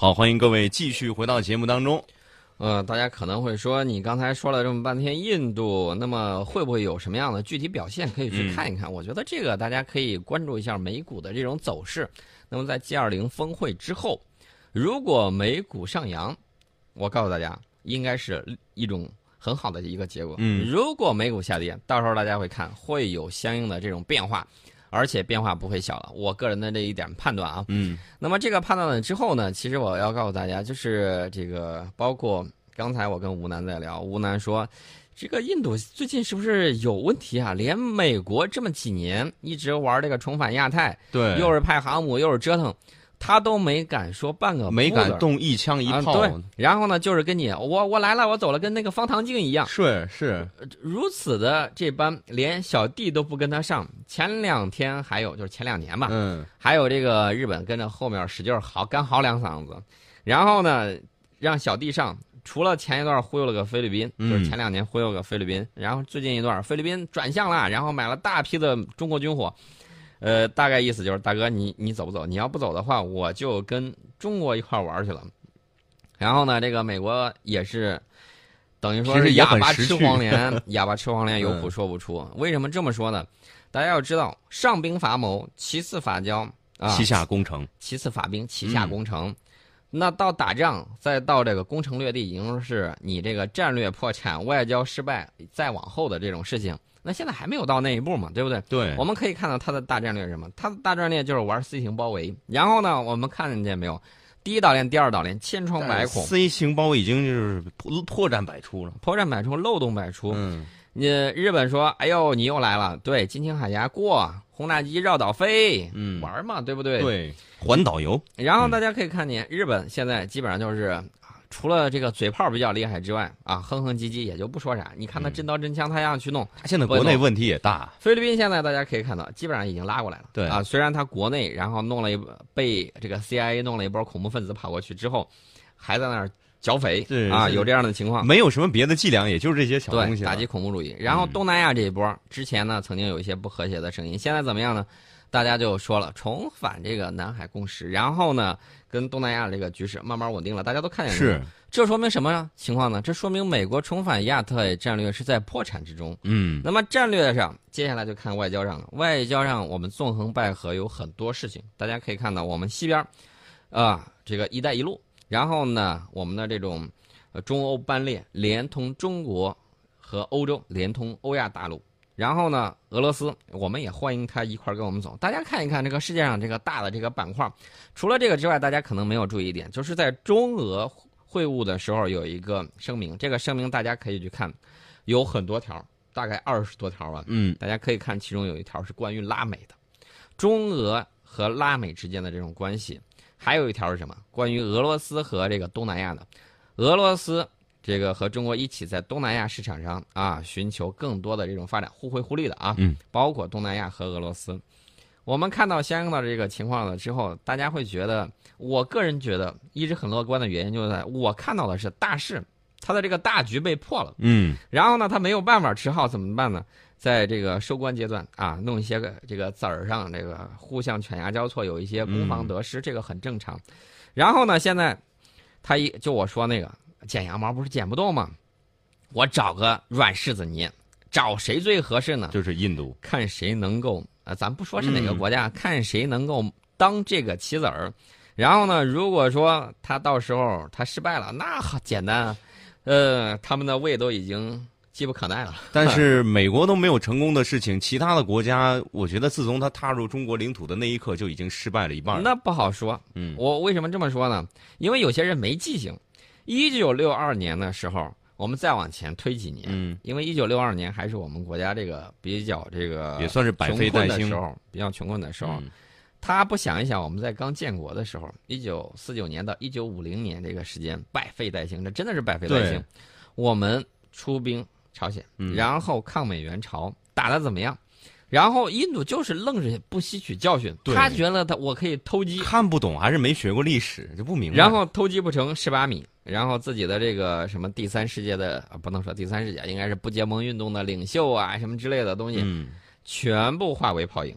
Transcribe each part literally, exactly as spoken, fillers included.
好，欢迎各位继续回到节目当中。 呃，大家可能会说，你刚才说了这么半天印度，那么会不会有什么样的具体表现可以去看一看？嗯、我觉得这个大家可以关注一下美股的这种走势。那么在 G 二十 峰会之后，如果美股上扬，我告诉大家，应该是一种很好的一个结果。 嗯， 如果美股下跌，到时候大家会看会有相应的这种变化。而且变化不会小了，我个人的这一点判断啊。 嗯， 那么这个判断了之后呢，其实我要告诉大家，就是这个包括刚才我跟吴楠在聊，吴楠说，这个印度最近是不是有问题啊？连美国这么几年一直玩这个重返亚太， 对， 又是派航母，又是折腾。他都没敢说半个， 没敢动一枪一炮、 啊。对，然后呢，就是跟你我我来了，我走了，跟那个方唐镜一样。 是是， 如此的这般，连小弟都不跟他上。前两天还有就是前两年吧， 嗯， 还有这个日本跟着后面使劲嚎干嚎两嗓子，然后呢让小弟上。除了前一段忽悠了个菲律宾，就是前两年忽悠个菲律宾，嗯、然后最近一段菲律宾转向了，然后买了大批的中国军火。呃，大概意思就是，大哥，你你走不走？你要不走的话，我就跟中国一块玩去了。然后呢，这个美国也是，等于说是哑巴吃黄连，哑巴吃黄连，有苦说不出。嗯、为什么这么说呢？大家要知道，上兵伐谋，其次伐交，啊， 其下攻城， 其次伐兵，其下攻城。嗯、那到打仗，再到这个攻城略地，已经是你这个战略破产、外交失败，再往后的这种事情。那现在还没有到那一步嘛，对不对？ 对， 我们可以看到他的大战略是什么？他的大战略就是玩 C 型包围。然后呢，我们看见没有？第一岛链、第二岛链千疮百孔 ，C 型包围已经就是破破绽百出了， 破绽百出，漏洞百出。 嗯， 你日本说，哎呦，你又来了，对，金青海峡过，轰炸机绕岛飞， 嗯， 玩嘛，对不对？ 对，环岛游。 然后大家可以看见，嗯、日本现在基本上就是。除了这个嘴炮比较厉害之外，啊，哼哼唧唧也就不说啥。你看他真刀真枪，他要去弄， 他现在国内问题也大。 菲律宾现在大家可以看到，基本上已经拉过来了。 对啊，虽然他国内然后弄了一被这个 C I A 弄了一波恐怖分子跑过去之后，还在那儿剿匪啊，有这样的情况。 没有什么别的伎俩，也就是这些小东西。 打击恐怖主义。然后东南亚这一波，嗯、之前呢曾经有一些不和谐的声音，现在怎么样呢？大家就说了，重返这个南海共识，然后呢，跟东南亚这个局势慢慢稳定了，大家都看见了。 是， 这说明什么情况呢？这说明美国重返亚太战略是在破产之中。 嗯， 那么战略上，接下来就看外交上了。外交上，我们纵横捭阖有很多事情，大家可以看到，我们西边，啊，这个“一带一路”，然后呢，我们的这种呃中欧班列，连通中国和欧洲，连通欧亚大陆。然后呢，俄罗斯我们也欢迎他一块跟我们走。大家看一看这个世界上这个大的这个板块，除了这个之外，大家可能没有注意一点，就是在中俄会晤的时候有一个声明，这个声明大家可以去看，有很多条，大概二十多条吧。 嗯， 大家可以看其中有一条是关于拉美的，中俄和拉美之间的这种关系，还有一条是什么？关于俄罗斯和这个东南亚的，俄罗斯。这个和中国一起在东南亚市场上啊，寻求更多的这种发展，互惠互利的啊， 嗯， 包括东南亚和俄罗斯。我们看到相应的这个情况了之后，大家会觉得，我个人觉得一直很乐观的原因，就是在我看到的是大势，他的这个大局被破了， 嗯， 然后呢，他没有办法，只好怎么办呢？在这个收官阶段啊，弄一些个这个子儿上这个互相犬牙交错，有一些攻防得失，嗯、这个很正常。然后呢，现在他一就我说那个。剪羊毛不是剪不动吗？我找个软柿子捏，找谁最合适呢？ 就是印度， 看谁能够啊、呃，咱不说是哪个国家，嗯、看谁能够当这个棋子儿。然后呢，如果说他到时候他失败了，那好简单啊，呃，他们的胃都已经急不可耐了。 但是美国都没有成功的事情，其他的国家，我觉得自从他踏入中国领土的那一刻，就已经失败了一半了。 那不好说。 嗯， 我为什么这么说呢？因为有些人没记性。一九六二年的时候，我们再往前推几年， 嗯， 因为一九六二年还是我们国家这个比较这个也算是百废待兴的时候，比较穷困的时候。 嗯、 他不想一想，我们在刚建国的时候，一九四九年到一九五零年这个时间百废待兴，这真的是百废待兴。我们出兵朝鲜， 嗯、 然后抗美援朝，打得怎么样？然后印度就是愣是不吸取教训，他觉得他我可以偷鸡， 看不懂还是没学过历史就不明白。 然后偷鸡不成蚀把米，然后自己的这个什么第三世界的啊，不能说第三世界，应该是不结盟运动的领袖啊，什么之类的东西， 嗯， 全部化为泡影。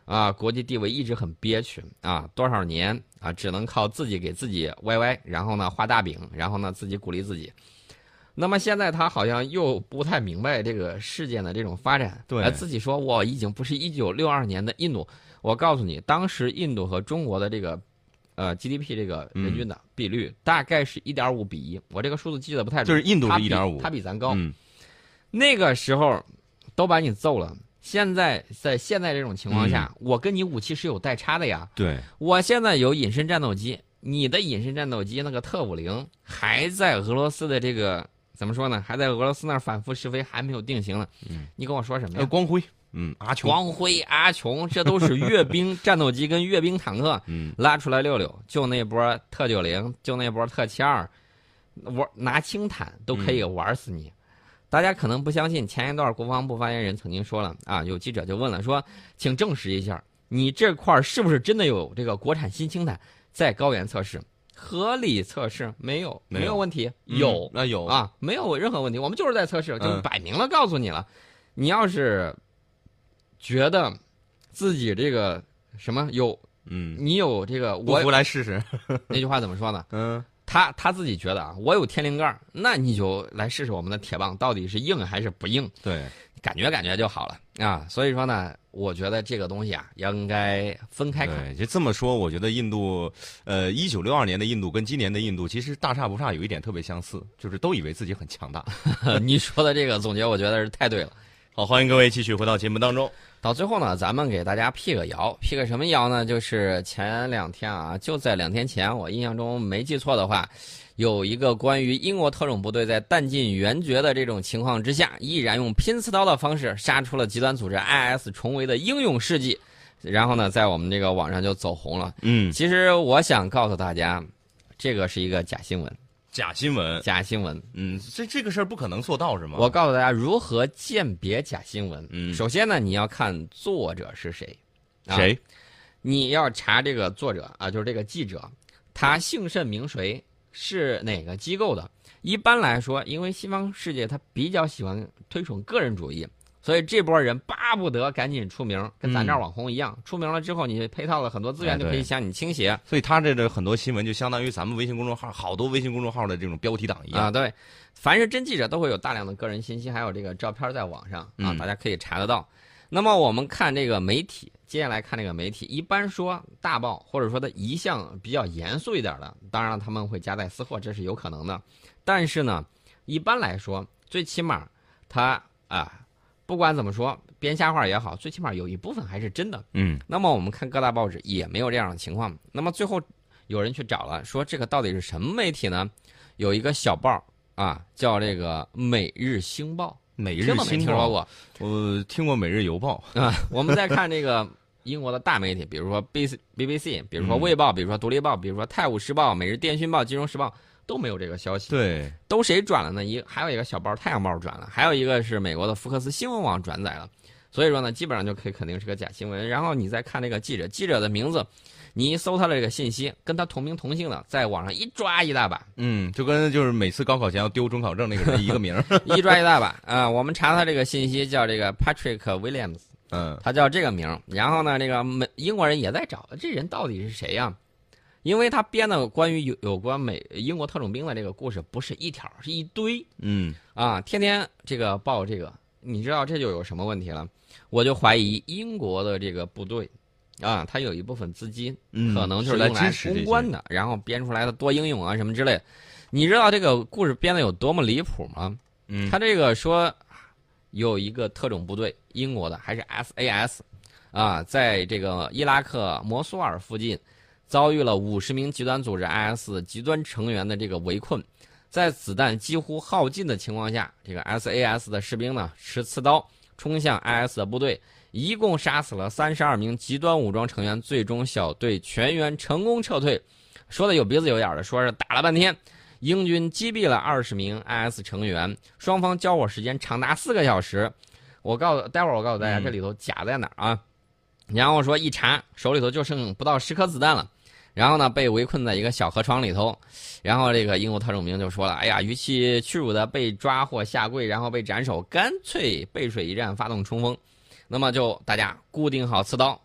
啊，国际地位一直很憋屈啊，多少年啊，只能靠自己给自己歪歪，然后呢画大饼，然后呢自己鼓励自己。那么现在他好像又不太明白这个事件的这种发展， 对， 呃、自己说我已经不是一九六二年的印度。我告诉你，当时印度和中国的这个，呃 G D P 这个人均的比率、嗯、大概是一点五比一，我这个数字记得不太准， 就是印度是一点五， 它比咱高、 嗯。 那个时候都把你揍了。现在在现在这种情况下、嗯，我跟你武器是有代差的呀。 对， 我现在有隐身战斗机，你的隐身战斗机那个特五零还在俄罗斯的这个怎么说呢？还在俄罗斯那儿反复试飞，还没有定型呢。 嗯， 你跟我说什么呀？ 呃、光辉，嗯，阿琼， 光辉、阿琼，这都是阅兵战斗机跟阅兵坦克， 嗯， 拉出来溜溜，就那波特九零，就那波特七二，玩拿轻坦都可以玩死你。嗯，大家可能不相信，前一段国防部发言人曾经说了啊，有记者就问了说，请证实一下，你这块是不是真的有这个国产新轻坦在高原测试？合理测试没有，没有问题，有那、嗯、有啊，没有任何问题，我们就是在测试，就摆明了告诉你了，嗯、你要是觉得自己这个什么有， 嗯， 你有这个， 不服来试试， 那句话怎么说呢？ 嗯。 他他自己觉得啊，我有天灵盖，那你就来试试我们的铁棒到底是硬还是不硬？ 对， 感觉感觉就好了啊。所以说呢，我觉得这个东西啊，应该分开看。 对，就这么说，我觉得印度，呃，一九六二年的印度跟今年的印度其实大差不差，有一点特别相似，就是都以为自己很强大。 你说的这个总结，我觉得是太对了。 好，欢迎各位继续回到节目当中。 到最后呢，咱们给大家辟个谣，辟个什么谣呢？就是前两天啊，就在两天前，我印象中没记错的话，有一个关于英国特种部队在弹尽援绝的这种情况之下，依然用拼刺刀的方式杀出了极端组织 I S 重围的英勇事迹，然后呢，在我们这个网上就走红了。 嗯， 其实我想告诉大家，这个是一个假新闻。 假新闻， 假新闻， 嗯，这这个事儿不可能做到是吗？ 我告诉大家如何鉴别假新闻。 嗯， 首先呢，你要看作者是谁， 啊、谁？ 你要查这个作者啊，就是这个记者，他姓甚名谁，是哪个机构的。一般来说，因为西方世界他比较喜欢推崇个人主义，所以这波人巴不得赶紧出名，跟咱这儿网红一样、嗯，出名了之后，你配套了很多资源，就可以向你倾斜。 所以他这个很多新闻就相当于咱们微信公众号好多微信公众号的这种标题党一样啊。对，凡是真记者都会有大量的个人信息，还有这个照片在网上啊、 嗯， 大家可以查得到。那么我们看这个媒体，接下来看这个媒体，一般说大报或者说它一向比较严肃一点的，当然他们会夹带私货，这是有可能的。但是呢，一般来说，最起码他啊。不管怎么说，编瞎话也好，最起码有一部分还是真的。 嗯， 那么我们看各大报纸也没有这样的情况。那么最后有人去找了，说这个到底是什么媒体呢？有一个小报啊，叫这个《每日星报》。 每日星报听说过？ 我听过《每日邮报》 啊。我们再看这个英国的大媒体，比如说 B B C， 比如说《卫报》，比如说《独立报》，比如说《泰晤士报》、《每日电讯报》、《金融时报》。都没有这个消息， 对， 都谁转了呢？一还有一个小报《太阳报》转了，还有一个是美国的福克斯新闻网转载了，所以说呢，基本上就可以肯定是个假新闻。然后你再看这个记者，记者的名字，你一搜他的这个信息，跟他同名同姓的，在网上一抓一大把， 嗯，就跟就是每次高考前要丢准考证那个人一个名一抓一大把啊、呃。我们查他这个信息叫这个 Patrick Williams， 嗯， 他叫这个名。然后呢，这个美英国人也在找这人到底是谁呀、啊？因为他编的关于有有关美英国特种兵的这个故事不是一条，是一堆， 嗯啊，天天这个报这个，你知道这就有什么问题了？我就怀疑英国的这个部队，啊，它有一部分资金， 嗯， 可能就是用来公关的，然后编出来的多英勇啊什么之类的。你知道这个故事编的有多么离谱吗？ 嗯， 他这个说有一个特种部队，英国的还是 S A S， 啊，在这个伊拉克摩苏尔附近。遭遇了五十名极端组织 I S 极端成员的这个围困，在子弹几乎耗尽的情况下，这个 S A S 的士兵呢持刺刀冲向 I S 的部队，一共杀死了三十二名极端武装成员，最终小队全员成功撤退。说的有鼻子有眼的，说是打了半天，英军击毙了二十名 I S 成员，双方交火时间长达四个小时。我告诉，待会儿我告诉大家这里头假在哪儿啊？嗯、然后说一查，手里头就剩不到十颗子弹了。然后呢，被围困在一个小河床里头，然后这个英国特种兵就说了：“哎呀，与其屈辱的被抓或下跪，然后被斩首，干脆背水一战，发动冲锋。”那么就大家固定好刺刀，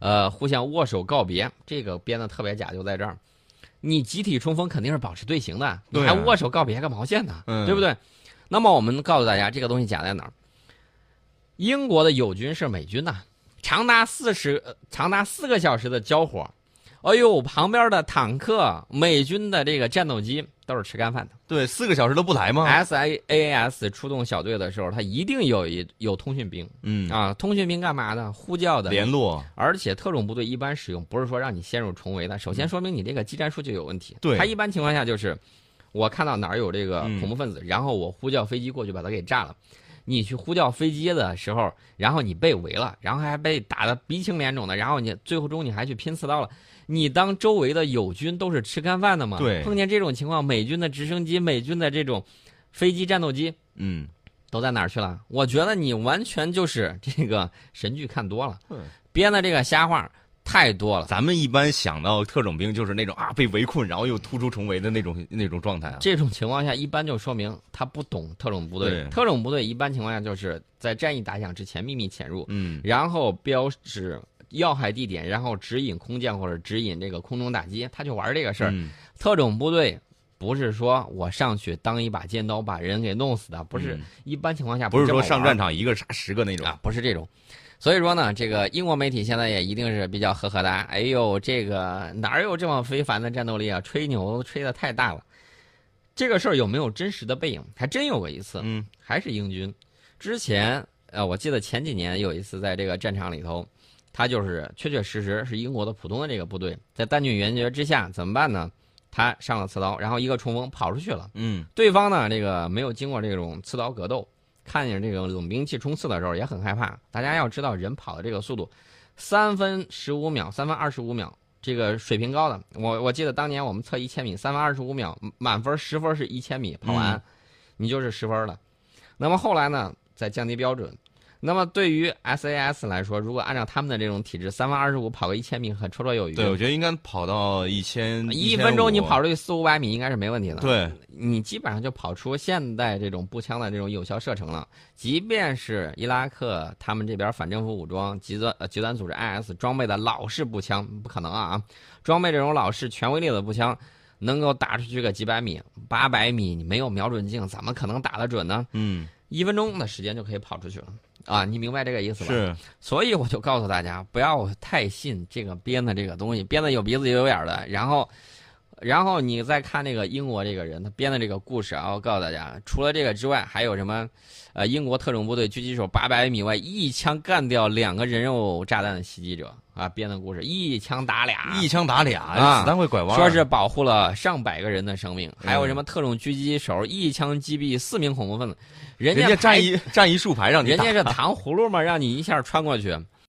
呃，互相握手告别，这个编的特别假，就在这儿。你集体冲锋肯定是保持队形的，你还握手告别个毛线呢？ 嗯， 对不对？那么我们告诉大家，这个东西假在哪儿？英国的友军是美军呐、啊，长达四十、呃、长达四个小时的交火。哎呦，旁边的坦克、美军的这个战斗机都是吃干饭的。 对，四个小时都不来吗 ？S A A S 出动小队的时候，他一定有一有通讯兵， 嗯啊，通讯兵干嘛的？呼叫的， 联络。 而且特种部队一般使用不是说让你陷入重围的，首先说明你这个技战术就有问题。 对， 他一般情况下就是，我看到哪儿有这个恐怖分子， 嗯、 然后我呼叫飞机过去把它给炸了。你去呼叫飞机的时候，然后你被围了，然后还被打得鼻青脸肿的，然后你最后中你还去拼刺刀了。你当周围的友军都是吃干饭的吗？ 对， 碰见这种情况，美军的直升机、美军的这种飞机战斗机， 嗯， 都在哪儿去了？我觉得你完全就是这个神剧看多了， 嗯、 编的这个瞎话太多了。 咱们一般想到特种兵就是那种啊被围困，然后又突出重围的那种那种状态啊。 这种情况下，一般就说明他不懂特种部队。特种部队一般情况下就是在战役打响之前秘密潜入， 嗯， 然后标志要害地点，然后指引空降或者指引这个空中打击，他就玩这个事儿。 嗯、 特种部队不是说我上去当一把尖刀把人给弄死的，不是。 嗯、 一般情况下不是说上战场一个杀十个那种啊，不是这种。所以说呢，这个英国媒体现在也一定是比较呵呵的。哎呦，这个哪有这么非凡的战斗力啊？吹牛吹得太大了。这个事儿有没有真实的背影？还真有过一次， 嗯， 还是英军。之前呃，我记得前几年有一次在这个战场里头。他就是确确实实是英国的普通的这个部队，在弹尽援绝之下怎么办呢？他上了刺刀，然后一个冲锋跑出去了。 嗯， 对方呢，这个没有经过这种刺刀格斗，看见这种冷兵器冲刺的时候也很害怕。大家要知道，人跑的这个速度，三分十五秒，三分二十五秒，这个水平高的。我我记得当年我们测一千米，三分二十五秒，满分十分是一千米跑完， 嗯、 你就是十分了。那么后来呢，再降低标准。那么对于 S A S 来说，如果按照他们的这种体质，三分二十五跑个一千米很绰绰有余。 对，我觉得应该跑到一千一分钟，你跑出去四五百米应该是没问题的。 对， 你基本上就跑出现代这种步枪的这种有效射程了。即便是伊拉克他们这边反政府武装极端呃极端组织 I S 装备的老式步枪，不可能啊！装备这种老式全威力的步枪，能够打出去个几百米、八百米，你没有瞄准镜，怎么可能打得准呢？ 嗯， 一分钟的时间就可以跑出去了。啊，你明白这个意思吧？ 是， 所以我就告诉大家，不要太信这个编的这个东西，编的有鼻子有眼的。然后，然后你再看那个英国这个人他编的这个故事啊，我告诉大家，除了这个之外，还有什么？呃，英国特种部队狙击手八百米外一枪干掉两个人肉炸弹的袭击者啊，编的故事，一枪打俩， 一枪打俩， 啊、 子弹会拐弯， 说是保护了上百个人的生命。还有什么特种狙击手一枪击毙四名恐怖分子，人家站一站一竖排让你打，人家是糖葫芦嘛，让你一下穿过去。